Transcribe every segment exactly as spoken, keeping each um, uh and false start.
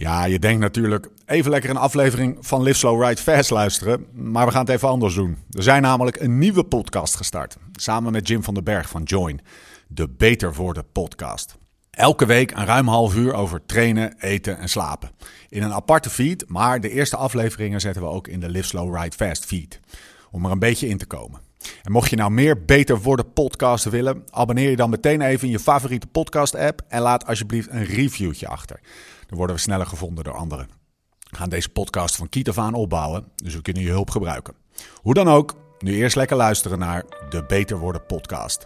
Ja, je denkt natuurlijk even lekker een aflevering van Live Slow Ride Fast luisteren. Maar we gaan het even anders doen. Er zijn namelijk een nieuwe podcast gestart. Samen met Jim van den Berg van Join. De Beter Worden podcast. Elke week een ruim half uur over trainen, eten en slapen. In een aparte feed, maar de eerste afleveringen zetten we ook in de Live Slow Ride Fast feed. Om er een beetje in te komen. En mocht je nou meer Beter Worden podcasten willen, abonneer je dan meteen even in je favoriete podcast app en laat alsjeblieft een reviewtje achter. Dan worden we sneller gevonden door anderen. We gaan deze podcast van kiet af aan opbouwen, dus we kunnen je hulp gebruiken. Hoe dan ook, nu eerst lekker luisteren naar de Beter Worden podcast.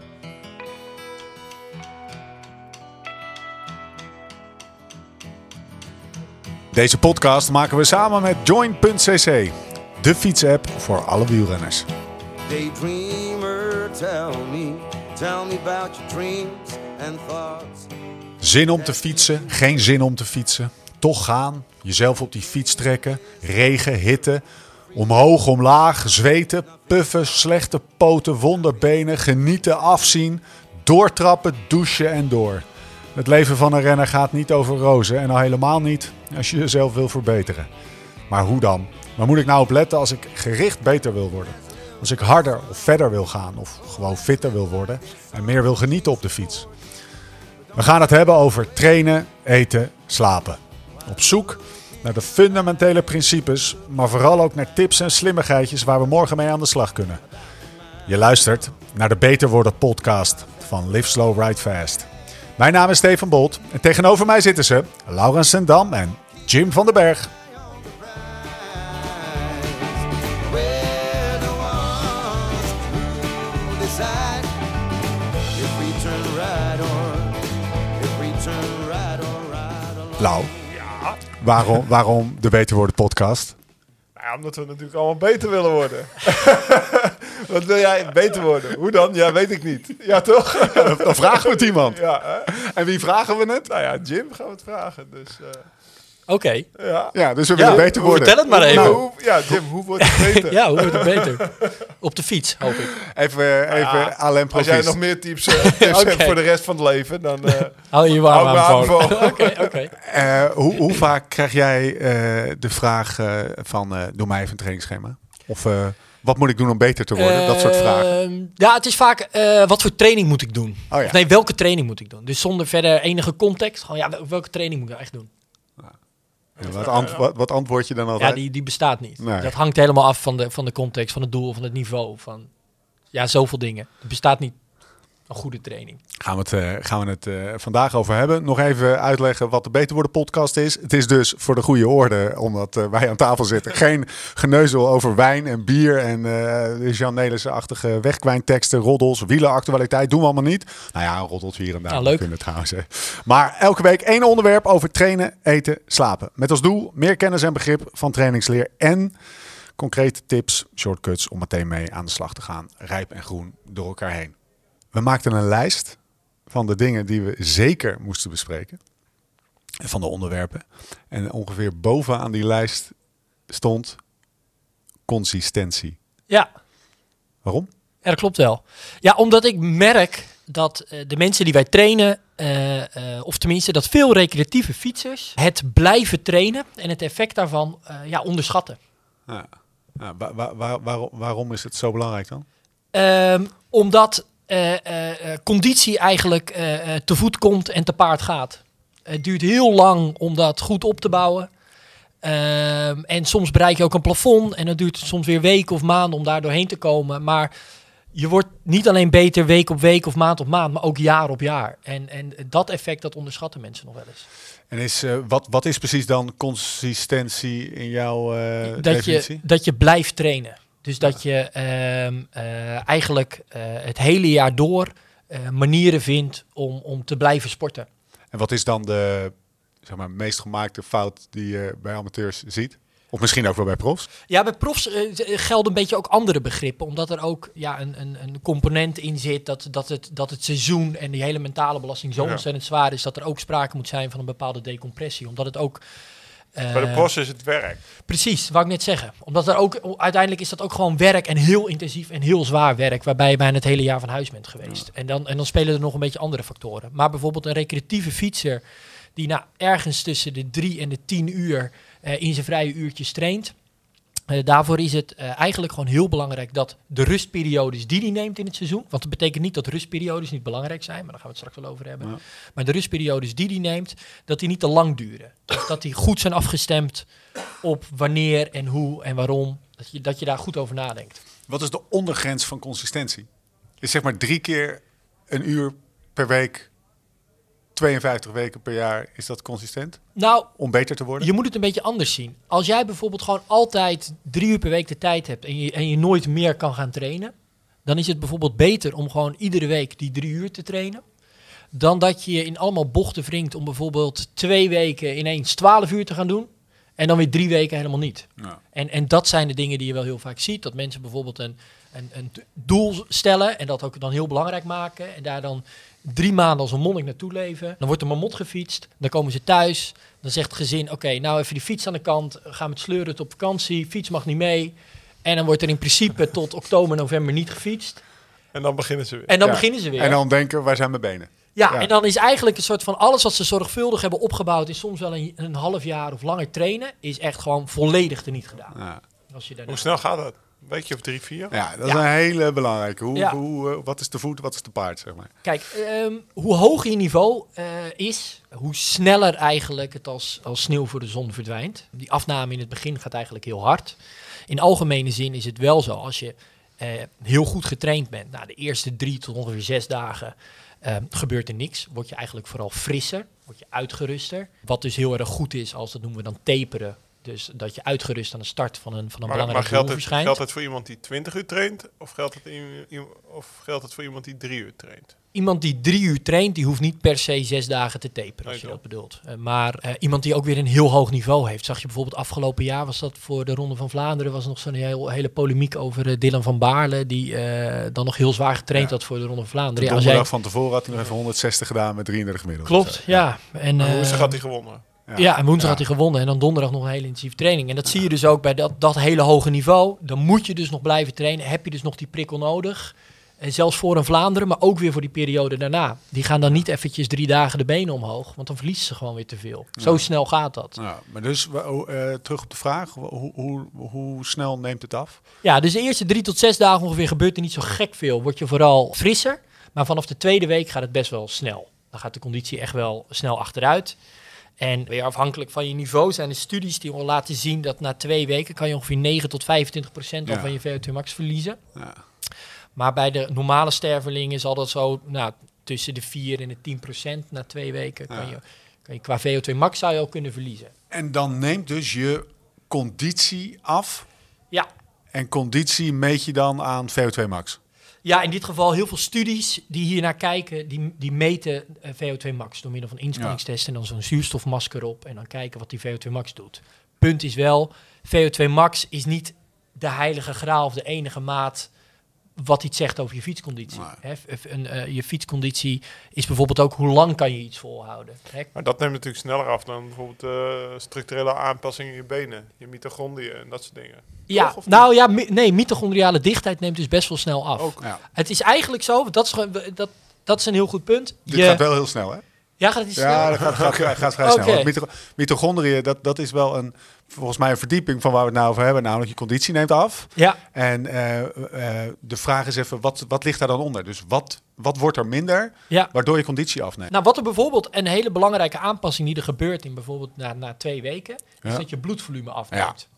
Deze podcast maken we samen met Join punt c c, de fietsapp voor alle wielrenners. Daydreamer, tell me, tell me about your dreams and thoughts. Zin om te fietsen, geen zin om te fietsen. Toch gaan, jezelf op die fiets trekken, regen, hitte, omhoog, omlaag, zweten, puffen, slechte poten, wonderbenen, genieten, afzien, doortrappen, douchen en door. Het leven van een renner gaat niet over rozen en al helemaal niet als je jezelf wil verbeteren. Maar hoe dan? Waar moet ik nou op letten als ik gericht beter wil worden? Als ik harder of verder wil gaan of gewoon fitter wil worden en meer wil genieten op de fiets? We gaan het hebben over trainen, eten, slapen. Op zoek naar de fundamentele principes, maar vooral ook naar tips en slimmigheidjes waar we morgen mee aan de slag kunnen. Je luistert naar de Beter Worden podcast van Live Slow Ride Fast. Mijn naam is Stefan Bolt en tegenover mij zitten ze Laurens Sendam en Jim van den Berg. Lau, Ja. waarom, waarom de Beter Worden podcast? Nou ja, omdat we natuurlijk allemaal beter willen worden. Wat wil jij beter worden? Hoe dan? Ja, weet ik niet. Ja, toch? Dan vragen we het iemand. Ja, hè? En wie vragen we het? Nou ja, Jim gaan we het vragen. Dus, uh, Oké. Okay. ja. Ja, dus we Ja, willen beter worden. Vertel het maar even. Nou, hoe, ja, Jim, hoe wordt het beter? Ja, hoe wordt het beter? Op de fiets, hoop ik. Even, even Ja, Alain Als jij Provis. nog meer tips, uh, tips Oké. hebt voor de rest van het leven, dan uh, Hou je je hou warm ik me aan aan Oké, oké. Uh, hoe, hoe vaak krijg jij uh, de vraag uh, van uh, doe mij even een trainingsschema? Of uh, wat moet ik doen om beter te worden? Uh, dat soort vragen. Ja, het is vaak uh, wat voor training moet ik doen? Oh, ja. Of nee, welke training moet ik doen? Dus zonder verder enige context. Gewoon, ja, welke training moet ik echt doen? Ja, wat, ant, wat, wat antwoord je dan altijd? Ja, die, die bestaat niet. Nee. Dat hangt helemaal af van de, van de context, van het doel, van het niveau. Van, ja, zoveel dingen. Er bestaat niet een goede training. Gaan we het, uh, gaan we het uh, vandaag over hebben. Nog even uitleggen wat de Beter Worden podcast is. Het is dus voor de goede orde, omdat uh, wij aan tafel zitten. Geen geneuzel over wijn en bier en uh, Jan Nelissen-achtige wegkwijnteksten, roddels, wieleractualiteit. Doen we allemaal niet. Nou ja, een roddeltje hier en daar. Ah, leuk. Kunnen trouwens. Hè. Maar elke week één onderwerp over trainen, eten, slapen. Met als doel meer kennis en begrip van trainingsleer en concrete tips, shortcuts om meteen mee aan de slag te gaan. Rijp en groen door elkaar heen. We maakten een lijst van de dingen die we zeker moesten bespreken. En van de onderwerpen. En ongeveer bovenaan die lijst stond consistentie. Ja. Waarom? Ja, dat klopt wel. Ja, omdat ik merk dat uh, de mensen die wij trainen, uh, uh, of tenminste dat veel recreatieve fietsers, het blijven trainen en het effect daarvan uh, ja, onderschatten. Ja. Ja, waar, waar, waar, waarom, waarom is het zo belangrijk dan? Um, omdat uh, uh, conditie eigenlijk uh, uh, te voet komt en te paard gaat. Het duurt heel lang om dat goed op te bouwen. Um, en soms bereik je ook een plafond en dat duurt soms weer weken of maanden om daar doorheen te komen. Maar je wordt niet alleen beter week op week of maand op maand, maar ook jaar op jaar. En, en dat effect, dat onderschatten mensen nog wel eens. En is, uh, wat, wat is precies dan consistentie in jouw uh, dat definitie? Je, dat je blijft trainen. Dus dat je um, uh, eigenlijk uh, het hele jaar door uh, manieren vindt om, om te blijven sporten. En wat is dan de zeg maar, meest gemaakte fout die je bij amateurs ziet? Of misschien ook wel bij profs? Ja, bij profs uh, gelden een beetje ook andere begrippen. Omdat er ook ja, een, een, een component in zit dat, dat, het, dat het seizoen en die hele mentale belasting zo Ja. ontzettend zwaar is. Dat er ook sprake moet zijn van een bepaalde decompressie. Omdat het ook... Uh, Bij de profs is het werk. Precies, wou ik net zeggen. Omdat er ook, uiteindelijk is dat ook gewoon werk en heel intensief en heel zwaar werk. Waarbij je bijna het hele jaar van huis bent geweest. Ja. En, dan, en dan spelen er nog een beetje andere factoren. Maar bijvoorbeeld een recreatieve fietser die nou, ergens tussen de drie en de tien uur uh, in zijn vrije uurtjes traint. Uh, daarvoor is het uh, eigenlijk gewoon heel belangrijk dat de rustperiodes die hij neemt in het seizoen, want dat betekent niet dat rustperiodes niet belangrijk zijn, maar daar gaan we het straks wel over hebben. Ja. Maar de rustperiodes die hij neemt, dat die niet te lang duren. Dus dat die goed zijn afgestemd op wanneer en hoe en waarom, dat je, dat je daar goed over nadenkt. Wat is de ondergrens van consistentie? Is zeg maar drie keer een uur per week, tweeënvijftig weken per jaar, is dat consistent? Nou, om beter te worden? Je moet het een beetje anders zien. Als jij bijvoorbeeld gewoon altijd drie uur per week de tijd hebt en je, en je nooit meer kan gaan trainen, dan is het bijvoorbeeld beter om gewoon iedere week die drie uur te trainen, dan dat je in allemaal bochten wringt om bijvoorbeeld twee weken ineens twaalf uur te gaan doen en dan weer drie weken helemaal niet. Ja. En, en dat zijn de dingen die je wel heel vaak ziet, dat mensen bijvoorbeeld een, een, een doel stellen en dat ook dan heel belangrijk maken en daar dan drie maanden als een monnik naartoe leven. Dan wordt er mamot gefietst. Dan komen ze thuis. Dan zegt het gezin, oké, okay, nou even die fiets aan de kant. Gaan met sleuren op vakantie. Fiets mag niet mee. En dan wordt er in principe tot oktober, november niet gefietst. En dan beginnen ze weer. En dan ja. beginnen ze weer. En dan denken, waar zijn mijn benen? Ja, ja, en dan is eigenlijk een soort van alles wat ze zorgvuldig hebben opgebouwd, is soms wel een, een half jaar of langer trainen, is echt gewoon volledig teniet gedaan. Ja. Als je Hoe snel gaat dat? Een weekje of drie, vier? Ja, dat is ja. een hele belangrijke. Hoe, ja. hoe, uh, wat is de voet, wat is de paard, zeg maar? Kijk, um, hoe hoger je niveau uh, is, hoe sneller eigenlijk het als, als sneeuw voor de zon verdwijnt. Die afname in het begin gaat eigenlijk heel hard. In algemene zin is het wel zo, als je uh, heel goed getraind bent, nou, de eerste drie tot ongeveer zes dagen uh, gebeurt er niks. Word je eigenlijk vooral frisser, word je uitgeruster. Wat dus heel erg goed is, als dat noemen we dan taperen. Dus dat je uitgerust aan de start van een, van een maar, belangrijk maar geldt doel het, verschijnt. Geldt het voor iemand die twintig uur traint? Of geldt het, in, of geldt het voor iemand die drie uur traint? Iemand die drie uur traint, die hoeft niet per se zes dagen te taperen, als nee, je dat bedoelt. Uh, maar uh, iemand die ook weer een heel hoog niveau heeft. Zag je bijvoorbeeld afgelopen jaar, was dat voor de Ronde van Vlaanderen, was nog zo'n heel, hele polemiek over uh, Dylan van Baarle, die uh, dan nog heel zwaar getraind ja. had voor de Ronde van Vlaanderen. De ja, donderdag jij... van tevoren had hij nog even honderdzestig gedaan met drieëndertig gemiddeld. Klopt, ja. ja. En uh, woensdag had hij gewonnen. Ja, ja, en woensdag ja. had hij gewonnen en dan donderdag nog een hele intensieve training. En dat ja. zie je dus ook bij dat, dat hele hoge niveau. Dan moet je dus nog blijven trainen. Heb je dus nog die prikkel nodig. En zelfs voor een Vlaanderen, maar ook weer voor die periode daarna. Die gaan dan niet eventjes drie dagen de benen omhoog, want dan verliezen ze gewoon weer te veel. Ja. Zo snel gaat dat. Ja, maar dus uh, terug op de vraag, hoe, hoe, hoe snel neemt het af? Ja, dus de eerste drie tot zes dagen ongeveer gebeurt er niet zo gek veel. Word je vooral frisser, maar vanaf de tweede week gaat het best wel snel. Dan gaat de conditie echt wel snel achteruit. En weer afhankelijk van je niveau zijn er studies die al laten zien dat na twee weken kan je ongeveer negen tot vijfentwintig procent ja. van je V O twee max verliezen. Ja. Maar bij de normale stervelingen zal dat zo nou, tussen de vier en de tien procent na twee weken kan, ja. je, kan je qua V O twee max zou je ook kunnen verliezen. En dan neemt dus je conditie af. Ja. En conditie meet je dan aan V O twee max? Ja, in dit geval heel veel studies die hier naar kijken, die, die meten uh, V O twee max door middel van inspanningstesten ja. en dan zo'n zuurstofmasker op en dan kijken wat die V O twee max doet. Punt is wel, V O twee max is niet de heilige graal of de enige maat wat iets zegt over je fietsconditie. Nee. He, een, uh, je fietsconditie is bijvoorbeeld ook hoe lang kan je iets volhouden. He. Maar dat neemt natuurlijk sneller af dan bijvoorbeeld uh, structurele aanpassingen in je benen, je mitochondriën en dat soort dingen. Ja, Toch, nou ja, mi- nee, mitochondriale dichtheid neemt dus best wel snel af. Ook, ja. Het is eigenlijk zo, dat is, dat, dat is een heel goed punt. Dit je, gaat wel heel snel, hè? Ja, gaat het iets ja, snel? dat gaat, gaat, gaat vrij okay. snel. Mito- mitochondriën, dat, dat is wel een, volgens mij een verdieping van waar we het nou over hebben. Namelijk je conditie neemt af. Ja. En uh, uh, de vraag is even, wat, wat ligt daar dan onder? Dus wat, wat wordt er minder, ja. waardoor je conditie afneemt? Nou, wat er bijvoorbeeld een hele belangrijke aanpassing die er gebeurt in bijvoorbeeld na, na twee weken, is ja. dat je bloedvolume afneemt.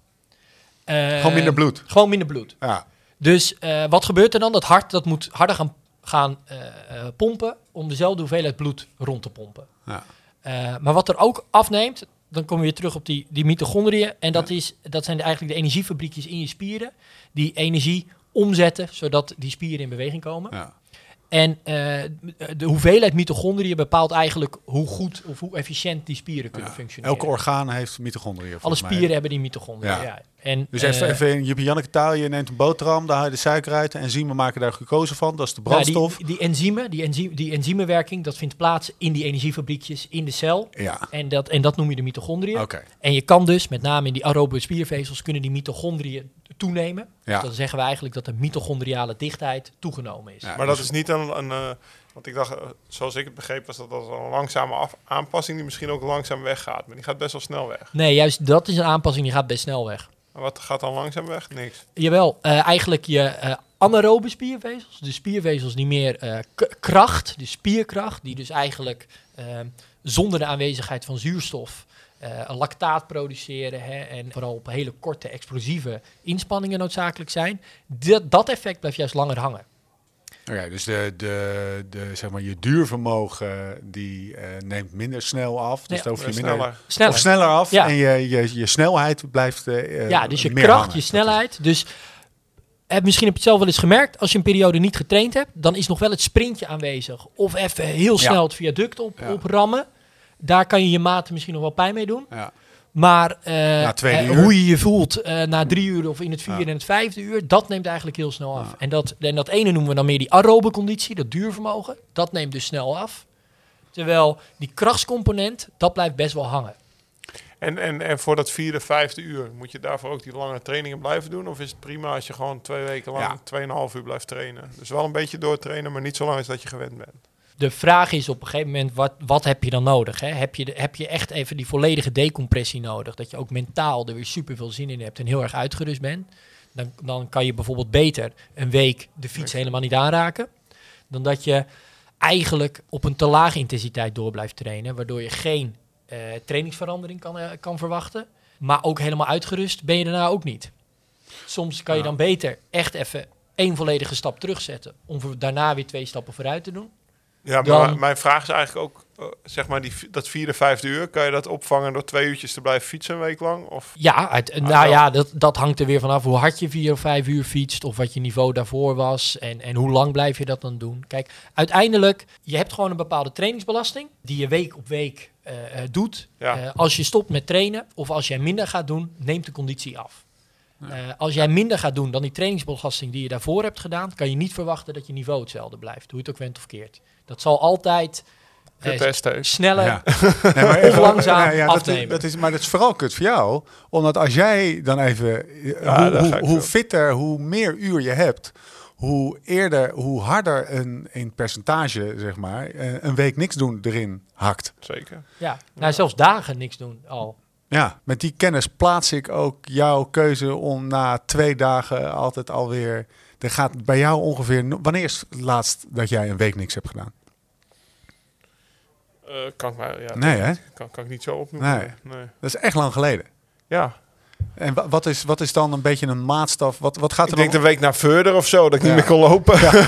Ja. Uh, gewoon minder bloed. Gewoon minder bloed. Ja. Dus uh, wat gebeurt er dan? Dat hart dat moet harder gaan, gaan uh, uh, pompen om dezelfde hoeveelheid bloed rond te pompen. Ja. Uh, maar wat er ook afneemt, dan komen we weer terug op die, die mitochondriën. En dat, ja. is, dat zijn de, eigenlijk de energiefabriekjes in je spieren die energie omzetten, zodat die spieren in beweging komen. Ja. En uh, de hoeveelheid mitochondriën bepaalt eigenlijk hoe goed of hoe efficiënt die spieren kunnen ja. functioneren. Elke orgaan heeft mitochondriën. Alle spieren mij. hebben die mitochondriën, ja. ja. En, dus uh, even, even in Jip en Janneke taal, je neemt een boterham, daar haal je de suiker uit, de enzymen maken daar glucose van, dat is de brandstof. Nou, die, die enzymen, die, enzy- die enzymmenwerking, dat vindt plaats in die energiefabriekjes in de cel. Ja. En, dat, en dat noem je de mitochondriën. Okay. En je kan dus, met name in die aerobe spiervezels, kunnen die mitochondriën toenemen. Ja. Dus dan zeggen we eigenlijk dat de mitochondriale dichtheid toegenomen is. Ja, maar dat is niet een... een uh, Want ik dacht, uh, zoals ik het begreep, was dat, dat een langzame af- aanpassing die misschien ook langzaam weggaat. Maar die gaat best wel snel weg. Nee, juist dat is een aanpassing die gaat best snel weg. Maar wat gaat dan langzaam weg? Niks. Jawel, uh, eigenlijk je uh, anaerobe spiervezels. De spiervezels die meer uh, k- kracht, de spierkracht, die dus eigenlijk uh, zonder de aanwezigheid van zuurstof uh, een lactaat produceren, hè, en vooral op hele korte explosieve inspanningen noodzakelijk zijn. Dat, dat effect blijft juist langer hangen. Oké, okay, dus de, de, de, zeg maar, je duurvermogen die uh, neemt minder snel af. Dus ja, dan hoef je sneller. minder sneller. Of sneller af. Ja. En je, je, je snelheid blijft uh, Ja, dus je meer kracht, hangen. je snelheid. Dus heb, misschien heb je het zelf wel eens gemerkt. Als je een periode niet getraind hebt, dan is nog wel het sprintje aanwezig. Of even heel snel ja. het viaduct op, ja. oprammen. Daar kan je je maten misschien nog wel pijn mee doen. Ja. Maar uh, uh, hoe je je voelt uh, na drie uur of in het vierde ja. en het vijfde uur, dat neemt eigenlijk heel snel af. Ja. En, dat, en dat ene noemen we dan meer die aerobe conditie, dat duurvermogen. Dat neemt dus snel af. Terwijl die krachtscomponent, dat blijft best wel hangen. En, en, en voor dat vierde, vijfde uur, moet je daarvoor ook die lange trainingen blijven doen? Of is het prima als je gewoon twee weken lang, ja. tweeënhalf uur blijft trainen? Dus wel een beetje doortrainen, maar niet zo lang als dat je gewend bent. De vraag is op een gegeven moment, wat, wat heb je dan nodig? Hè? Heb, je de, heb je echt even die volledige decompressie nodig? Dat je ook mentaal er weer super veel zin in hebt en heel erg uitgerust bent? Dan, dan kan je bijvoorbeeld beter een week de fiets okay. helemaal niet aanraken. Dan dat je eigenlijk op een te lage intensiteit door blijft trainen. Waardoor je geen uh, trainingsverandering kan, uh, kan verwachten. Maar ook helemaal uitgerust ben je daarna ook niet. Soms kan je dan beter echt even één volledige stap terugzetten. Om daarna weer twee stappen vooruit te doen. Ja, maar dan, mijn vraag is eigenlijk ook, uh, zeg maar, die, dat vierde, vijfde uur, kan je dat opvangen door twee uurtjes te blijven fietsen een week lang? Of? Ja, het, ah, nou ja, dat, dat hangt er weer vanaf hoe hard je vier of vijf uur fietst, of wat je niveau daarvoor was, en, en hoe lang blijf je dat dan doen. Kijk, uiteindelijk, je hebt gewoon een bepaalde trainingsbelasting, die je week op week uh, uh, doet. Ja. Uh, als je stopt met trainen, of als jij minder gaat doen, neemt de conditie af. Uh, als jij minder gaat doen dan die trainingsbelasting die je daarvoor hebt gedaan, kan je niet verwachten dat je niveau hetzelfde blijft, hoe je het ook went of keert. Dat zal altijd uh, sneller ja. nee, maar even, of langzaam ja, ja, afnemen. Dat is, dat is, maar dat is vooral kut voor jou. Omdat als jij dan even... Ja, hoe, hoe, hoe fitter, hoe meer uur je hebt, hoe eerder, hoe harder een, een percentage, zeg maar, een week niks doen erin hakt. Zeker. Ja, nou, zelfs dagen niks doen al. Ja, met die kennis plaats ik ook jouw keuze om na twee dagen altijd alweer... Er gaat bij jou ongeveer... Wanneer is het laatst dat jij een week niks hebt gedaan? Uh, kan ik maar, ja, nee, hè? Kan, kan ik niet zo opnoemen. Nee. nee. Dat is echt lang geleden. Ja. En wa- wat, is, wat is dan een beetje een maatstaf? Wat, wat gaat er ik denk dan... een week naar verder of zo, dat ik ja. niet meer kon lopen. Ja.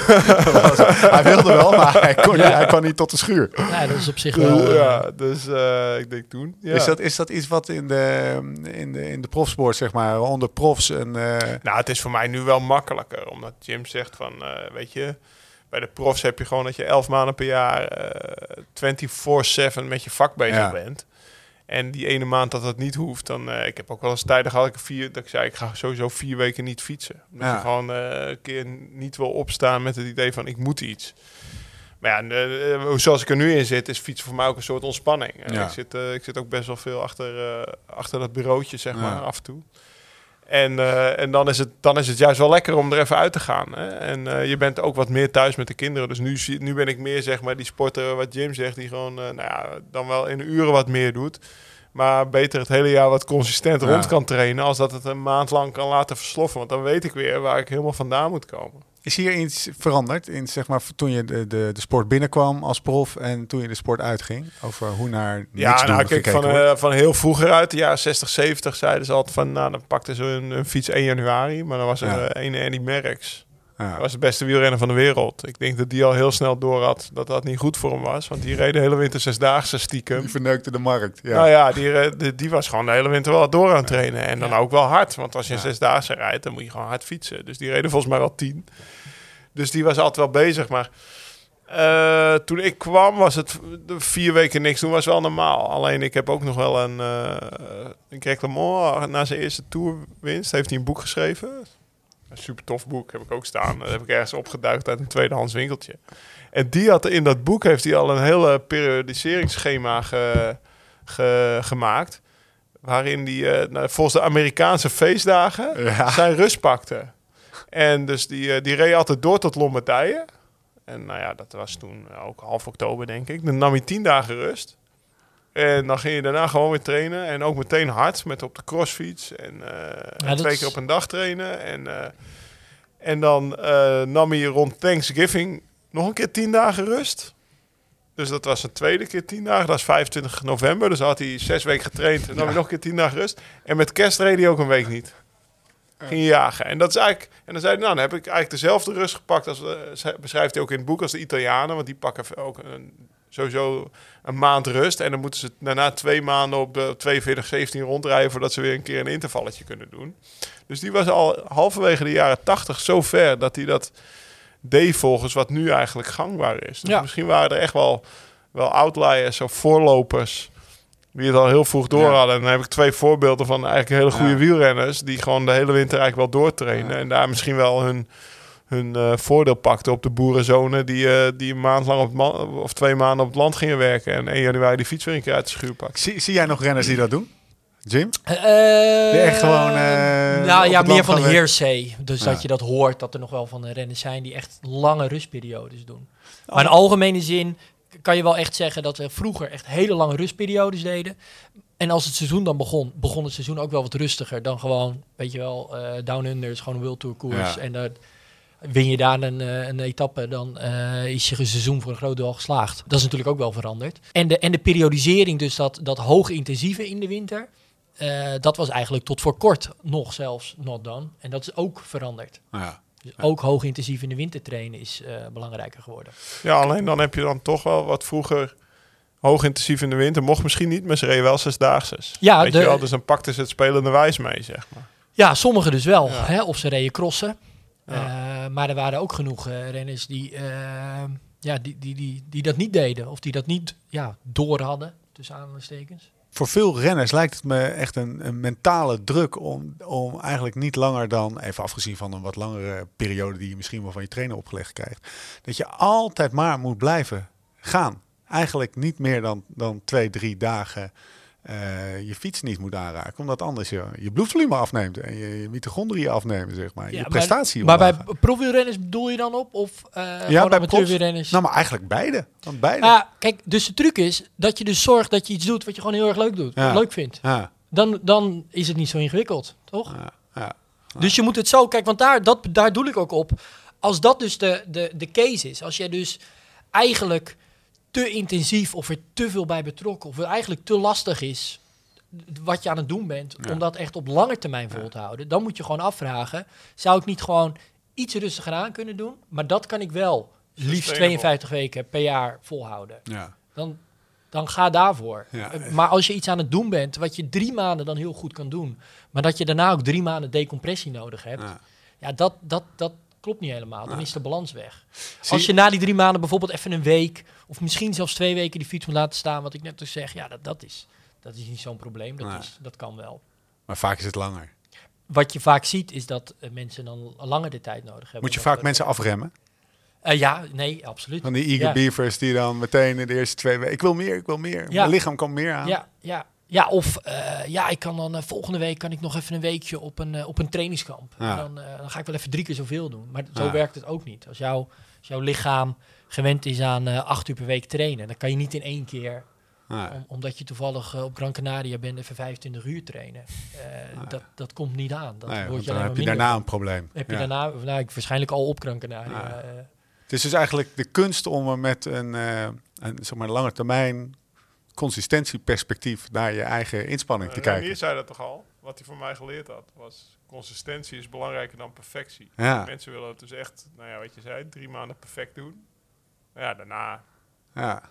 Hij wilde wel, maar hij kon, ja. niet, hij kwam niet tot de schuur. Ja, dat is op zich wel... Uh, ja, dus uh, ik denk toen. Ja. Is, dat, is dat iets wat in de, in de, in de profsport, zeg maar, onder profs... En, uh... Nou, het is voor mij nu wel makkelijker, omdat Jim zegt van, uh, weet je... Bij de profs heb je gewoon dat je elf maanden per jaar uh, vierentwintig zeven met je vak bezig ja. bent. En die ene maand dat dat niet hoeft, dan... Uh, ik heb ook wel eens tijden gehad ik vier, dat ik zei, ik ga sowieso vier weken niet fietsen. Omdat ja. je gewoon uh, een keer niet wil opstaan met het idee van, ik moet iets. Maar ja, uh, zoals ik er nu in zit, is fietsen voor mij ook een soort ontspanning. Uh, ja. ik, zit, uh, ik zit ook best wel veel achter, uh, achter dat bureautje, zeg maar, ja. af en toe. En, uh, en dan, is het, dan is het juist wel lekker om er even uit te gaan. Hè? En uh, je bent ook wat meer thuis met de kinderen. Dus nu, nu ben ik meer, zeg maar, die sporter, wat Jim zegt, die gewoon, uh, nou ja, dan wel in de uren wat meer doet. Maar beter het hele jaar wat consistent ja. rond kan trainen, als dat het een maand lang kan laten versloffen. Want dan weet ik weer waar ik helemaal vandaan moet komen. Is hier iets veranderd in, zeg maar, toen je de, de, de sport binnenkwam als prof en toen je de sport uitging? Over hoe naar niks ja, doen nou, kijk, van, uh, van heel vroeger uit, de jaren zestig, zeventig, zeiden ze altijd van, nou, dan pakten ze een, een fiets één januari. Maar dan was er ja. uh, een Andy Merckx. Ja. Dat was de beste wielrenner van de wereld. Ik denk dat die al heel snel door had dat dat niet goed voor hem was. Want die reed de hele winter zesdaagse stiekem. Die verneukte de markt. Ja. Nou ja, die, die, die was gewoon de hele winter wel door aan het trainen. En dan ja. ook wel hard. Want als je een ja. zesdaagse rijdt, dan moet je gewoon hard fietsen. Dus die reden volgens mij wel tien. Dus die was altijd wel bezig. Maar uh, toen ik kwam, was het vier weken niks doen, was wel normaal. Alleen ik heb ook nog wel een... Uh, Greg LeMond, na zijn eerste tourwinst, heeft hij een boek geschreven. Een super tof boek, heb ik ook staan. Dat heb ik ergens opgeduikt uit een tweedehands winkeltje. En die had in dat boek heeft hij al een hele periodiseringsschema ge, ge, gemaakt. Waarin hij uh, nou, volgens de Amerikaanse feestdagen ja. zijn rust pakte. En dus die, uh, die reed altijd door tot Lombardije. En nou ja, dat was toen ook half oktober, denk ik. Dan nam je tien dagen rust. En dan ging je daarna gewoon weer trainen. En ook meteen hard, met op de crossfiets. En, uh, Ja, en twee is... keer op een dag trainen. En, uh, en dan uh, nam je rond Thanksgiving nog een keer tien dagen rust. Dus dat was een tweede keer tien dagen. Dat is vijfentwintig november. Dus had hij zes weken getraind. En dan ja. weer nog een keer tien dagen rust. En met kerst reed hij ook een week niet. Ging je jagen. En dat is eigenlijk. En dan zei hij, nou, dan heb ik eigenlijk dezelfde rust gepakt als uh, beschrijft hij ook in het boek als de Italianen, want die pakken ook een, sowieso een maand rust en dan moeten ze daarna twee maanden op de tweeënveertig zeventien rondrijden voordat ze weer een keer een intervalletje kunnen doen. Dus die was al halverwege de jaren tachtig zo ver dat hij dat deed volgens wat nu eigenlijk gangbaar is. Dus ja. misschien waren er echt wel, wel outliers of voorlopers die het al heel vroeg door ja. hadden. En dan heb ik twee voorbeelden van eigenlijk hele goede ja. wielrenners die gewoon de hele winter eigenlijk wel doortrainen. Ja. En daar misschien wel hun, hun uh, voordeel pakten op de boerenzone die, uh, die een maand lang op het man- of twee maanden op het land gingen werken. En één januari die fiets weer een keer uit de schuur pakten. Zie, zie jij nog renners die dat doen? Jim? Uh, die echt gewoon... Uh, nou ja, meer van hearsay. Dus ja. dat je dat hoort, dat er nog wel van de renners zijn die echt lange rustperiodes doen. Oh. Maar in algemene zin kan je wel echt zeggen dat we vroeger echt hele lange rustperiodes deden. En als het seizoen dan begon, begon het seizoen ook wel wat rustiger dan gewoon, weet je wel, uh, Down Under is gewoon een World Tour koers. Ja. En dan win je daar een, uh, een etappe, dan uh, is je seizoen voor een groot deel geslaagd. Dat is natuurlijk ook wel veranderd. En de, en de periodisering, dus dat, dat hoog intensieve in de winter, uh, dat was eigenlijk tot voor kort nog zelfs not done. En dat is ook veranderd. Ja. Dus ook hoog intensief in de winter trainen is uh, belangrijker geworden. Ja, alleen dan heb je dan toch wel wat vroeger hoog intensief in de winter. Mocht misschien niet, maar ze reden wel zesdaagses. Ja, weet de, je wel, dus dan pakten ze het spelende wijs mee, zeg maar. Ja, sommigen dus wel. Ja. Hè, of ze reden crossen. Ja. Uh, maar er waren ook genoeg uh, renners die, uh, ja, die, die, die, die dat niet deden. Of die dat niet ja, door hadden, tussen aanhalingstekens. Voor veel renners lijkt het me echt een, een mentale druk om, om eigenlijk niet langer dan, even afgezien van een wat langere periode die je misschien wel van je trainer opgelegd krijgt, dat je altijd maar moet blijven gaan. Eigenlijk niet meer dan, dan twee, drie dagen uh, je fiets niet moet aanraken. Omdat anders je, je bloedvolume afneemt en je, je mitochondriën afnemen, zeg maar. Ja, je prestatie Maar, maar bij profielrenners bedoel je dan op? Of uh, ja, bij amateurwielrenners? Nou, maar eigenlijk beide. Want beide. Ja, kijk, dus de truc is dat je dus zorgt dat je iets doet wat je gewoon heel erg leuk doet. Ja. Leuk vindt. Ja. Dan, dan is het niet zo ingewikkeld, toch? Ja. Ja. Ja. Dus je moet het zo... Kijk, want daar, dat, daar doe ik ook op. Als dat dus de, de, de case is. Als jij dus eigenlijk te intensief of er te veel bij betrokken, of het eigenlijk te lastig is wat je aan het doen bent, ja. om dat echt op lange termijn vol te houden, dan moet je gewoon afvragen, zou ik niet gewoon iets rustiger aan kunnen doen? Maar dat kan ik wel liefst tweeënvijftig weken per jaar volhouden. Ja. Dan, dan ga daarvoor. Ja. Maar als je iets aan het doen bent, wat je drie maanden dan heel goed kan doen, maar dat je daarna ook drie maanden decompressie nodig hebt, ja, ja dat, dat, dat klopt niet helemaal. Dan ja. is de balans weg. Zie Als je na die drie maanden bijvoorbeeld even een week of misschien zelfs twee weken die fiets moet laten staan, wat ik net dus zeg, ja, dat, dat, is, dat is niet zo'n probleem. Dat, nee. is, dat kan wel. Maar vaak is het langer. Wat je vaak ziet is dat uh, mensen dan langer de tijd nodig hebben. Moet je vaak uh, mensen afremmen? Uh, ja, nee, absoluut. Van die eager ja. beavers die dan meteen in de eerste twee weken, ik wil meer, ik wil meer. Ja. Mijn lichaam kan meer aan. Ja, ja. Ja, of uh, ja, ik kan dan uh, volgende week kan ik nog even een weekje op een, uh, op een trainingskamp. Ja. Dan, uh, dan ga ik wel even drie keer zoveel doen. Maar zo ja. werkt het ook niet. Als, jou, als jouw lichaam gewend is aan uh, acht uur per week trainen, dan kan je niet in één keer, ja. om, omdat je toevallig uh, op Gran Canaria bent, even vijfentwintig uur trainen. Uh, ja. dat, dat komt niet aan. Dat nee, wordt je dan alleen heb je daarna van. een probleem. Heb je ja. daarna, nou, ik waarschijnlijk al op Gran Canaria. Ja. Uh, het is dus eigenlijk de kunst om er met een, uh, een zeg maar, lange termijn consistentieperspectief naar je eigen inspanning te uh, kijken. Hier zei dat toch al? Wat hij van mij geleerd had, was consistentie is belangrijker dan perfectie. Ja. Mensen willen het dus echt, nou ja, wat je zei, drie maanden perfect doen. Maar ja, daarna. Ja.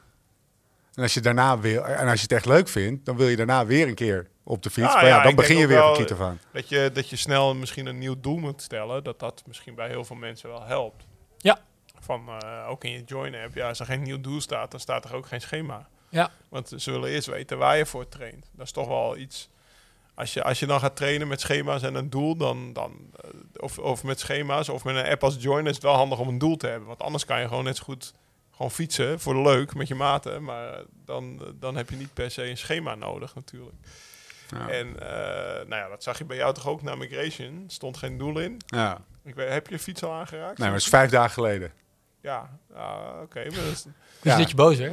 En als je daarna wil, en als je het echt leuk vindt, dan wil je daarna weer een keer op de fiets. Ja, maar ja, ja dan begin je weer van kiet ervan. Dat je, dat je snel misschien een nieuw doel moet stellen, dat dat misschien bij heel veel mensen wel helpt. Ja. Van, uh, ook in je join-app, ja, als er geen nieuw doel staat, dan staat er ook geen schema. Ja. Want ze willen eerst weten waar je voor traint. Dat is toch wel iets. Als je, als je dan gaat trainen met schema's en een doel, dan, dan uh, of, of met schema's of met een app als Join, is het wel handig om een doel te hebben. Want anders kan je gewoon net zo goed gewoon fietsen voor de leuk met je maten. Maar dan, dan heb je niet per se een schema nodig natuurlijk. Ja. En uh, nou ja, dat zag je bij jou toch ook na Migration. Stond geen doel in. Ja. Ik weet, heb je je fiets al aangeraakt? Nee, maar dat is vijf dagen geleden. Ja, uh, oké. Okay, maar dat is... Dus Ja. zit je boos, hè?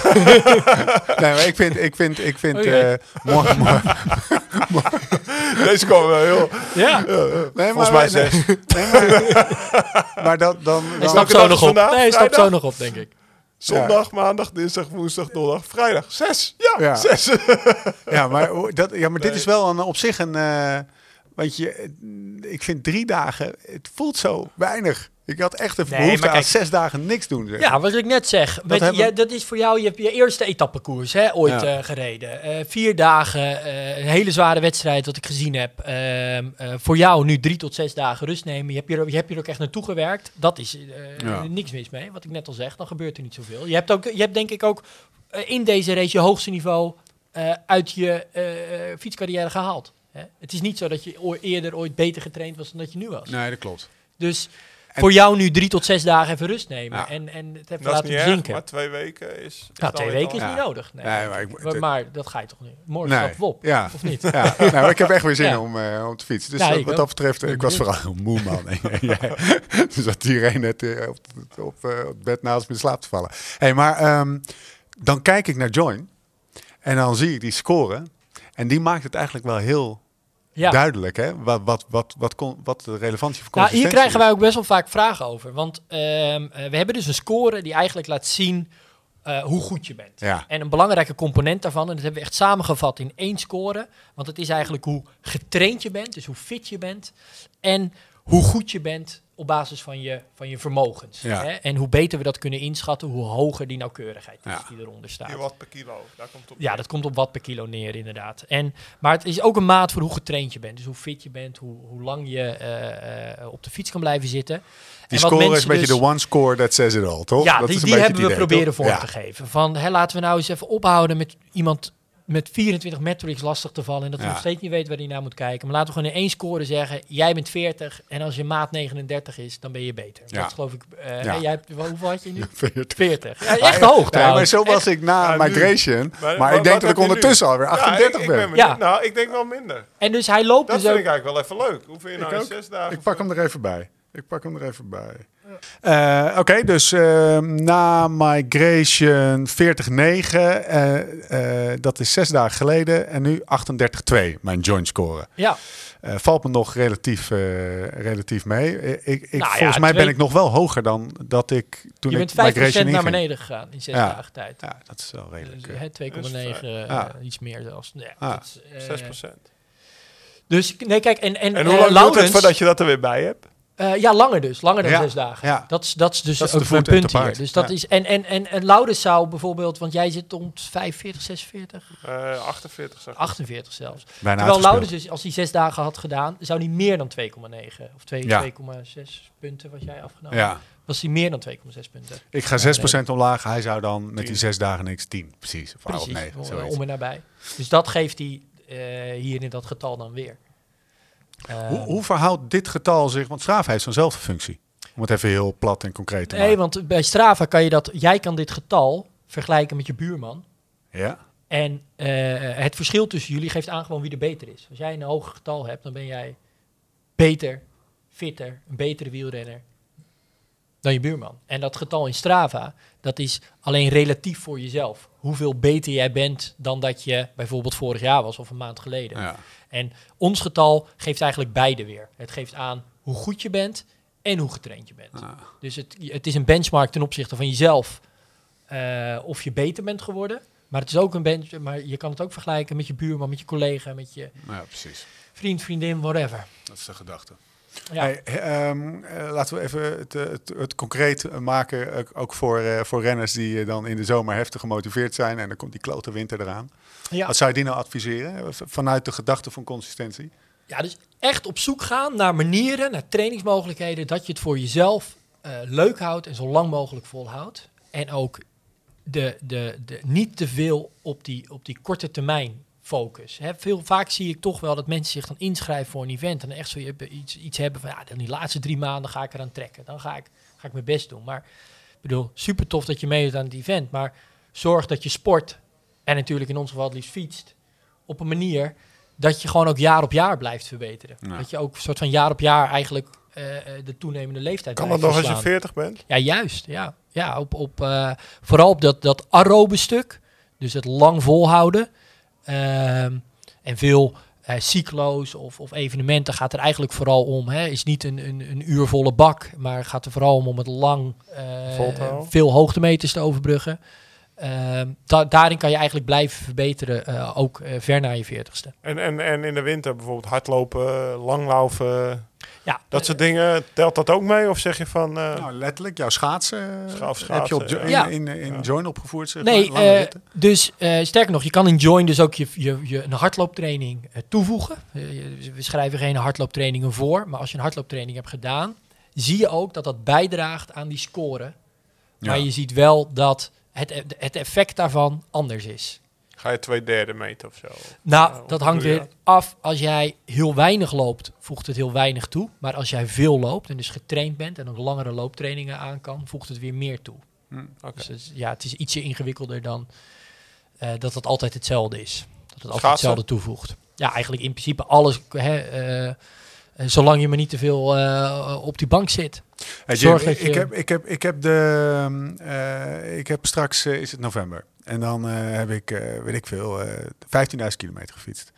Nee, maar ik vind... Ik vind, ik vind Oké. eh, morgen, morgen, Deze komen wel heel... Ja. nee, Volgens maar, mij zes. Nee, maar, maar dan... dan, Hij dan stapt welke zo dag nog is op. vandaag? Nee, hij stapt zo Vrijdag? nog op, denk ik. Zondag, maandag, dinsdag, woensdag, donderdag, vrijdag. Zes. Ja, Ja. zes. ja, maar, hoe- dat, ja, maar dit Nee. is wel een, op zich een... Uh, want je, ik vind drie dagen... Het voelt zo weinig. Ik had echt een Nee, behoefte maar aan kijk- zes dagen niks doen. Zeg. Ja, wat ik net zeg. Met, hebben- jij- dat is voor jou, je hebt je eerste etappekoers hè, ooit Ja. eh, gereden. Eh, vier dagen, eh, een hele zware wedstrijd wat ik gezien heb. Ehm, eh, voor jou nu drie tot zes dagen rust nemen. Je hebt hier, je hebt hier ook echt naartoe gewerkt. Dat is eh, Ja. niks mis mee, wat ik net al zeg. Dan gebeurt er niet zoveel. Je hebt, ook, je hebt denk ik ook eh, in deze race je hoogste niveau eh, uit je eh, eh, fietscarrière gehaald. Hè? Het is niet zo dat je oor- eerder ooit beter getraind was dan dat je nu was. Nee, dat klopt. Dus En- voor jou nu drie tot zes dagen even rust nemen. Ja. En, en het even Dat is laten niet erg, bezinken. maar twee weken is... is Ja, dan twee weer weken is al- niet Ja. nodig. Nee. Nee, maar ik- maar, maar dat ga je toch niet. Morgen Nee. stappen we op, Ja. of niet? Ja, nou, maar ik heb echt weer zin Ja. om, uh, om te fietsen. Dus Ja, uh, ik wat ook. dat betreft, Ben ik was benieuwd. vooral moe, man. En jij- dus dat iedereen net uh, op, op, uh, op het bed naast me in slaap te vallen. Hey, maar um, dan kijk ik naar Join en dan zie ik die score. En die maakt het eigenlijk wel heel Ja. duidelijk, hè? Wat, wat, wat, wat, kon, wat de relevantie van Nou, consistentie hier krijgen is. wij ook best wel vaak vragen over. Want ehm, eh, we hebben dus een score die eigenlijk laat zien uh, hoe goed je bent. Ja. En een belangrijke component daarvan, en dat hebben we echt samengevat in één score. Want het is eigenlijk hoe getraind je bent, dus hoe fit je bent. En hoe goed je bent op basis van je, van je vermogens. Ja. Hè? En hoe beter we dat kunnen inschatten, hoe hoger die nauwkeurigheid is Ja. die eronder staat. vier watt per kilo, daar komt het op. Ja, dat komt op watt per kilo neer, inderdaad. En, maar het is ook een maat voor hoe getraind je bent. Dus hoe fit je bent, hoe, hoe lang je uh, uh, op de fiets kan blijven zitten. Die en wat score is mensen een beetje dus, de one score that says it all, toch? Ja, dat die, is een die beetje hebben we het idee, proberen toch? vorm Ja. te geven. Van, hè, laten we nou eens even ophouden met iemand met vierentwintig metrics lastig te vallen. En dat we Ja. nog steeds niet weten waar hij naar moet kijken. Maar laten we gewoon in één score zeggen, jij bent veertig. En als je maat negenendertig is, dan ben je beter. Ja. Dat geloof ik. Uh, Ja. hè, jij hebt, hoeveel had je nu? veertig. veertig. Ja, echt hoog Ja, trouwens. maar zo was Echt. ik na Ja, nu. migration. Maar, Maar ik wat- denk wat dat ik heb je ondertussen nu? alweer Ja, achtendertig ik, ben. ik ben benieuwd. Ja. Nou, ik denk wel minder. En dus hij loopt Dat dus vind ook... ik eigenlijk wel even leuk. Hoeveel je nou Ik in ook. zes dagen... Ik pak hem er even bij. Ik pak hem er even bij. Uh, Oké, okay, dus uh, na migration veertig negen, uh, uh, dat is zes dagen geleden. En nu achtendertig twee, mijn joint score. Ja. Uh, valt me nog relatief, uh, relatief mee. Ik, ik, Nou volgens ja, mij twee... ben ik nog wel hoger dan dat ik toen je ik bent vijf procent migration naar inging. beneden gegaan in zes Ja. dagen tijd. Ja, dat is wel redelijk. Dus, hè, twee komma negen, uh, Ja. iets meer zelfs. Ja, Ah. dat is, uh, zes procent. Dus nee, kijk, en, en, En uh, hoe lang Laurens, duurt het voordat je dat er weer bij hebt? Uh, ja, langer dus. Langer dan Ja, zes dagen. ja. Dat is, dat is dus Dat is ook te mijn voet en punt te hier. paard. Dus dat Ja. is, en, en, en, en Laurens zou bijvoorbeeld, want jij zit om vijfenveertig, zesenveertig, Uh, achtenveertig zeg ik. achtenveertig zelfs. Bijna Terwijl uitgespeeld. Laurens dus, als hij zes dagen had gedaan, zou hij meer dan twee komma negen of twee- Ja. twee komma zes punten was jij afgenomen. Ja, Was hij meer dan twee komma zes punten. ik ga zes procent omlaag. Hij zou dan met die tien. zes dagen niks tien. Precies. Of Precies, negen. om- Zoiets. om en nabij. Dus dat geeft hij uh, hier in dat getal dan weer. Uh, Hoe, hoe verhoudt dit getal zich? Want Strava heeft zo'nzelfde functie. Om het even heel plat en concreet te Nee, maken. want bij Strava kan je dat, jij kan dit getal vergelijken met je buurman. Ja? En uh, het verschil tussen jullie geeft aan gewoon wie er beter is. Als jij een hoger getal hebt, dan ben jij beter, fitter, een betere wielrenner dan je buurman. En dat getal in Strava, dat is alleen relatief voor jezelf. Hoeveel beter jij bent dan dat je bijvoorbeeld vorig jaar was of een maand geleden. Ja. En ons getal geeft eigenlijk beide weer. Het geeft aan hoe goed je bent en hoe getraind je bent. Ah. Dus het, het is een benchmark ten opzichte van jezelf. Uh, of je beter bent geworden. Maar het is ook een bench, maar je kan het ook vergelijken met je buurman, met je collega, met je Ja, precies. vriend, vriendin, whatever. Dat is de gedachte. Ja. Hey, um, uh, laten we even het, het, het concreet maken. Uh, ook voor, uh, voor renners die uh, dan in de zomer heftig gemotiveerd zijn. En dan komt die klote winter eraan. Ja. Wat zou je die nou adviseren? V- vanuit de gedachte van consistentie? ja, dus echt op zoek gaan naar manieren, naar trainingsmogelijkheden, dat je het voor jezelf uh, leuk houdt en zo lang mogelijk volhoudt. En ook de, de, de, niet te veel op die, op die korte termijn focus. Hè, veel, vaak zie ik toch wel dat mensen zich dan inschrijven voor een event en echt zo iets, iets hebben van, ja, dan die laatste drie maanden ga ik eraan trekken. Dan ga ik, ga ik mijn best doen. Maar ik bedoel, super tof dat je meedoet aan het event, maar zorg dat je sport, en natuurlijk in ons geval het liefst fietst, op een manier dat je gewoon ook jaar op jaar blijft verbeteren. Ja. Dat je ook een soort van jaar op jaar eigenlijk uh, de toenemende leeftijd Kan dat blijft nog als je verslaan. veertig bent? Ja, juist. Ja, ja op, op, uh, vooral op dat, dat aerobe stuk. Dus het lang volhouden. Um, en veel uh, cyclo's of, of evenementen gaat er eigenlijk vooral om. Hè, is niet een, een, een uur volle bak. Maar gaat er vooral om om het lang uh, veel hoogtemeters te overbruggen. Uh, da- daarin kan je eigenlijk blijven verbeteren. Uh, ook uh, ver na je veertigste. En, en, en in de winter bijvoorbeeld hardlopen, langlaufen... Ja, dat soort dingen, telt dat ook mee? Of zeg je van... Uh, nou, letterlijk, jouw schaatsen, Schaaf, schaatsen heb je op jo- in, ja. in, in, in Ja. Join opgevoerd? Zeg nee, maar, lange uh, ritten? dus uh, sterker nog, je kan in Join dus ook je, je, je een hardlooptraining uh, toevoegen. Uh, je, we schrijven geen hardlooptrainingen voor, maar als je een hardlooptraining hebt gedaan, zie je ook dat dat bijdraagt aan die score. Ja. Maar je ziet wel dat het, het effect daarvan anders is. Ga je twee derde meten of zo? Nou, uh, dat hangt weer dat? af. Als jij heel weinig loopt, voegt het heel weinig toe. Maar als jij veel loopt en dus getraind bent en ook langere looptrainingen aan kan, voegt het weer meer toe. Hm, okay. Dus het, ja, het is ietsje ingewikkelder dan uh, dat het altijd hetzelfde is. Dat het altijd Schaatsen? hetzelfde toevoegt. Ja, eigenlijk in principe alles. Hè, uh, uh, zolang je maar niet te veel uh, op die bank zit. Hey, Zorg Jim, dat je... ik, heb, ik, heb, ik, heb de, uh, ik heb straks, uh, is het november. En dan uh, heb ik, uh, weet ik veel, uh, vijftienduizend kilometer gefietst.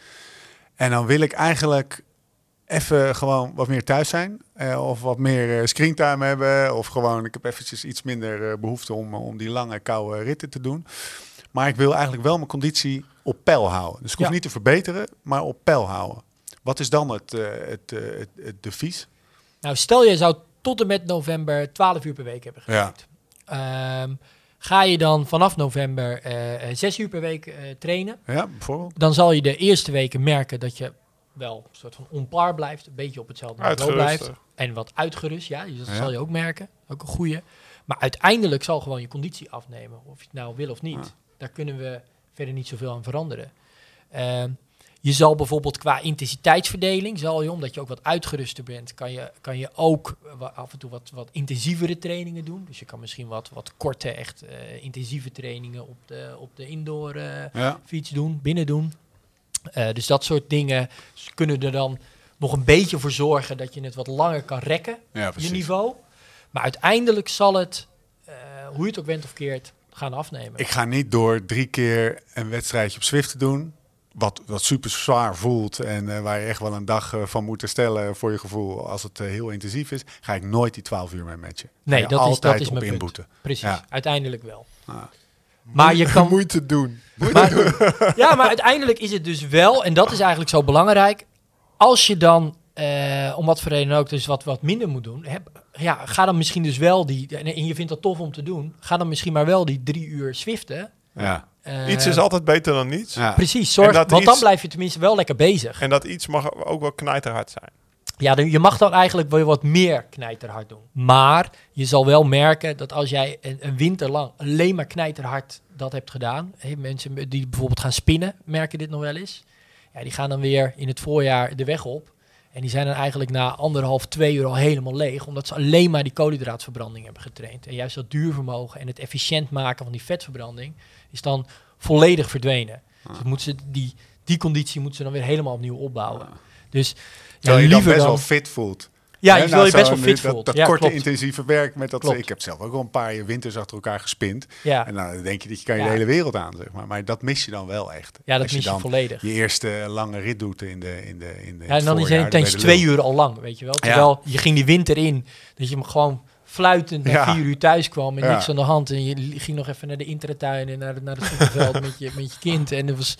En dan wil ik eigenlijk even gewoon wat meer thuis zijn. Uh, of wat meer uh, screentime hebben. Of gewoon, ik heb eventjes iets minder uh, behoefte om, om die lange, koude ritten te doen. Maar ik wil eigenlijk wel mijn conditie op peil houden. Dus ik hoef Ja. niet te verbeteren, maar op peil houden. Wat is dan het, uh, het, uh, het, het devies? Nou, stel je zou tot en met november twaalf uur per week hebben getraind. Ja. Um, ga je dan vanaf november uh, zes uur per week uh, trainen? Ja, bijvoorbeeld. Dan zal je de eerste weken merken dat je wel een soort van onpaar blijft. Een beetje op hetzelfde niveau blijft. En wat uitgerust, ja. Dus dat ja. zal je ook merken. Ook een goeie. Maar uiteindelijk zal gewoon je conditie afnemen. Of je het nou wil of niet. Ja. Daar kunnen we verder niet zoveel aan veranderen. Uh, Je zal bijvoorbeeld qua intensiteitsverdeling, zal je, omdat je ook wat uitgeruster bent, kan je, kan je ook wa- af en toe wat, wat intensievere trainingen doen. Dus je kan misschien wat, wat korte, echt uh, intensieve trainingen op de, op de indoor uh, ja. fiets doen, binnen doen. Uh, dus dat soort dingen kunnen er dan nog een beetje voor zorgen dat je het wat langer kan rekken, ja, je niveau. Maar uiteindelijk zal het, uh, hoe je het ook went of keert, gaan afnemen. Ik ga niet door drie keer een wedstrijdje op Zwift te doen. Wat, wat super zwaar voelt en uh, waar je echt wel een dag uh, van moet herstellen voor je gevoel. Als het uh, heel intensief is, ga ik nooit die twaalf uur mee matchen. Nee, dat is, dat is mijn inboeten. punt. Precies, ja. Uiteindelijk wel. Ah. Maar je kan moeite doen. Maar, ja, maar uiteindelijk is het dus wel, en dat is eigenlijk zo belangrijk. Als je dan, uh, om wat voor reden ook, dus wat, wat minder moet doen. Heb, ja, ga dan misschien dus wel die, en je vindt dat tof om te doen. Ga dan misschien maar wel die drie uur Zwiften. Ja. Uh, iets is altijd beter dan niets. Ja. Precies, zorg, want iets, dan blijf je tenminste wel lekker bezig. En dat iets mag ook wel knijterhard zijn. Ja, de, je mag dan eigenlijk wel wat meer knijterhard doen. Maar je zal wel merken dat als jij een, een winter lang alleen maar knijterhard dat hebt gedaan. Hè, mensen die bijvoorbeeld gaan spinnen, merken dit nog wel eens. Ja, die gaan dan weer in het voorjaar de weg op. En die zijn dan eigenlijk na anderhalf, twee uur al helemaal leeg. Omdat ze alleen maar die koolhydraatverbranding hebben getraind. En juist dat duurvermogen en het efficiënt maken van die vetverbranding is dan volledig verdwenen. Ah. Dus moeten ze die, die conditie moeten ze dan weer helemaal opnieuw opbouwen. Ah. Dus ja, je liever dan best dan, wel fit voelt. Ja, je wil je best wel fit dat, voelt. Dat ja, korte klopt. intensieve werk met dat. Klopt. Ik heb zelf ook al een paar winters achter elkaar gespind. Ja. En nou, dan denk je dat je kan je ja. de hele wereld aan, zeg maar. Maar dat mis je dan wel echt. Ja, dat Als mis je, je dan volledig. Je eerste lange rit doet in de in de in de. Ja, en dan is het ineens twee uur al lang, weet je wel. Terwijl ja. je ging die winter in, dat je hem gewoon fluitend na ja. vier uur thuis kwam en ja. niks aan de hand. En je ging nog even naar de intratuin en naar, de, naar het voetbalveld met, je, met je kind. En er was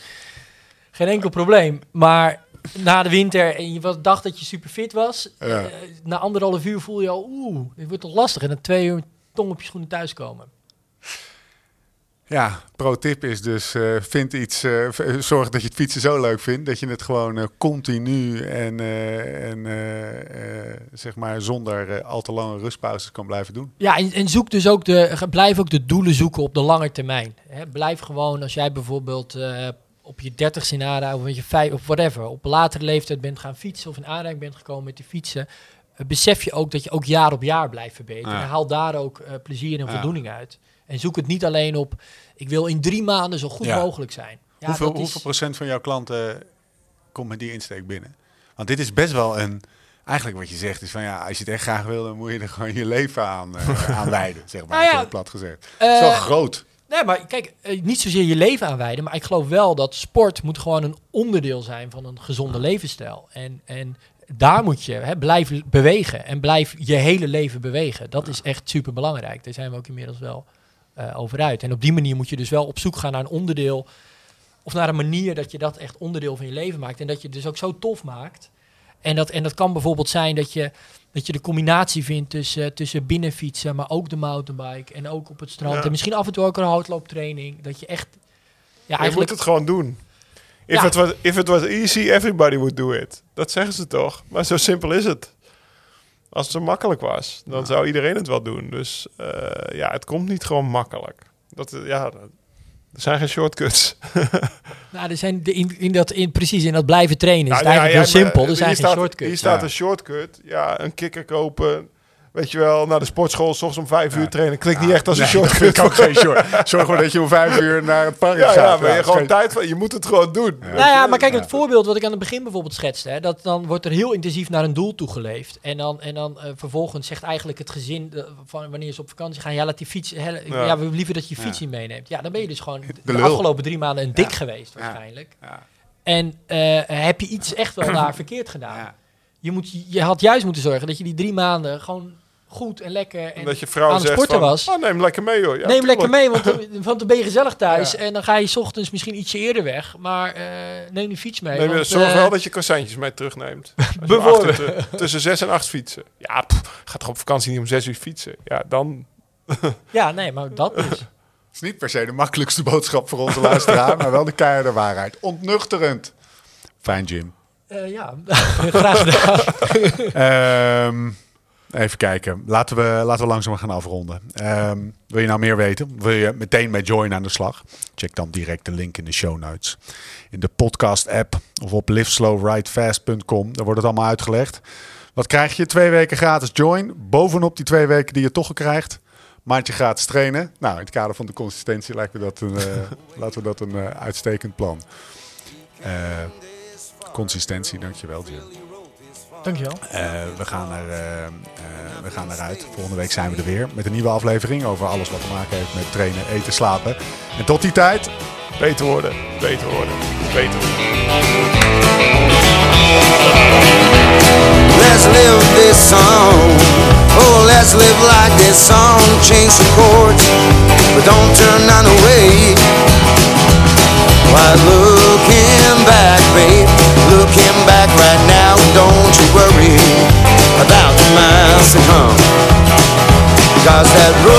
geen enkel probleem. Maar na de winter en je was, dacht dat je super fit was. Ja. Uh, na anderhalf uur voel je al, oeh, dit wordt toch lastig. En na twee uur tong op je schoenen thuiskomen. Ja, pro-tip is dus, uh, vind iets, uh, zorg dat je het fietsen zo leuk vindt, dat je het gewoon uh, continu en, uh, en uh, uh, zeg maar zonder uh, al te lange rustpauzes kan blijven doen. Ja, en, en zoek dus ook de, blijf ook de doelen zoeken op de lange termijn. Hè, blijf gewoon, als jij bijvoorbeeld uh, op je dertigste in aanraking, of met je vijf, of whatever, op een latere leeftijd bent gaan fietsen of in aanraking bent gekomen met de fietsen, uh, besef je ook dat je ook jaar op jaar blijft verbeteren. Ja. En haal daar ook uh, plezier en ja. voldoening uit. En zoek het niet alleen op, ik wil in drie maanden zo goed ja. mogelijk zijn. Ja, hoeveel, dat is... hoeveel procent van jouw klanten komt met die insteek binnen? Want dit is best wel een, eigenlijk wat je zegt is van ja, als je het echt graag wil, dan moet je er gewoon je leven aan, uh, aan wijden, zeg maar, Nou ja, zo plat gezegd. uh, Het is wel groot. Nee, maar kijk, uh, niet zozeer je leven aanwijden, maar ik geloof wel dat sport moet gewoon een onderdeel zijn van een gezonde levensstijl. En, en daar moet je hè, blijf bewegen en blijf je hele leven bewegen. Dat is echt super belangrijk. Daar zijn we ook inmiddels wel uh, over uit. En op die manier moet je dus wel op zoek gaan naar een onderdeel of naar een manier dat je dat echt onderdeel van je leven maakt. En dat je het dus ook zo tof maakt. En dat, en dat kan bijvoorbeeld zijn dat je, dat je de combinatie vindt tussen, tussen binnenfietsen, maar ook de mountainbike en ook op het strand. Ja. En misschien af en toe ook een hardlooptraining. Dat je echt... Ja, Je eigenlijk... moet het gewoon doen. If, Ja. it was, if it was easy, everybody would do it. Dat zeggen ze toch? Maar zo simpel is het. Als het zo makkelijk was, dan zou iedereen het wel doen. Dus uh, ja, het komt niet gewoon makkelijk. Dat, uh, ja, er zijn geen shortcuts. Nou, er zijn de, in, in dat, in, precies in dat blijven trainen is Ja, het ja, eigenlijk ja, heel maar, simpel. Er uh, zijn hier geen staat, shortcuts. Hier staat Ja. een shortcut. Ja, een kikker kopen. Weet je wel, naar de sportschool, 's ochtends om vijf uur trainen. Klinkt niet echt als een Nee, dat shortcut. vind ik ook geen short. Zorg maar dat je om vijf uur naar het park Ja, gaat. ja, maar je, dat is gewoon geen- tijd van, je moet het gewoon doen. Ja. Nou ja, maar kijk, Ja. het voorbeeld wat ik aan het begin bijvoorbeeld schetste, hè, dat dan wordt er heel intensief naar een doel toegeleefd. En dan, en dan uh, vervolgens zegt eigenlijk het gezin, uh, van wanneer ze op vakantie gaan, ja, laat die fiets, hè, ja. Ja. ja, we hebben liever dat je je fiets Ja. niet meeneemt. Ja, dan ben je dus gewoon de, lul. afgelopen drie maanden een dik Ja. geweest Ja. waarschijnlijk. Ja. En uh, heb je iets echt wel daar verkeerd gedaan. Ja. Je, moet, je had juist moeten zorgen dat je die drie maanden gewoon goed en lekker en dat je vrouw aan het zegt sporten van, was. oh, neem lekker mee hoor. Ja, Neem lekker tuurlijk. mee, want dan, want dan ben je gezellig thuis. Ja. En dan ga je 's ochtends misschien ietsje eerder weg. Maar uh, neem die fiets mee. Neem, je- want, zorg uh, wel dat je croissantjes mee terugneemt. Als je Bijvoorbeeld. achter te- tussen zes en acht fietsen. Ja, pff, ga toch op vakantie niet om zes uur fietsen. Ja, dan... Ja, nee, maar dat is... Het is niet per se de makkelijkste boodschap voor onze luisteraar, maar wel de keiharde waarheid. Ontnuchterend. Fijn, Jim. Uh, ja, graag gedaan. Ehm, even kijken. Laten we, laten we langzaam gaan afronden. Ehm, wil je nou meer weten? Wil je meteen met Join aan de slag? Check dan direct de link in de show notes. In de podcast app of op live slow ride fast punt com. Daar wordt het allemaal uitgelegd. Wat krijg je? Twee weken gratis Join. Bovenop die twee weken die je toch al krijgt. Maandje gratis trainen. Nou, in het kader van de consistentie lijkt me dat een, uh, laten we dat een uh, uitstekend plan. Uh, consistentie, dankjewel Jim. Dankjewel. Uh, we, gaan er, uh, uh, we gaan eruit. Volgende week zijn we er weer met een nieuwe aflevering over alles wat te maken heeft met trainen, eten, slapen. En tot die tijd... Beter worden, beter worden, beter worden. Let's live this song. Oh, let's live like this song. Change the chords, but don't turn none away. Why, looking back, babe, looking back right now, don't you worry about the miles to come. Cause that road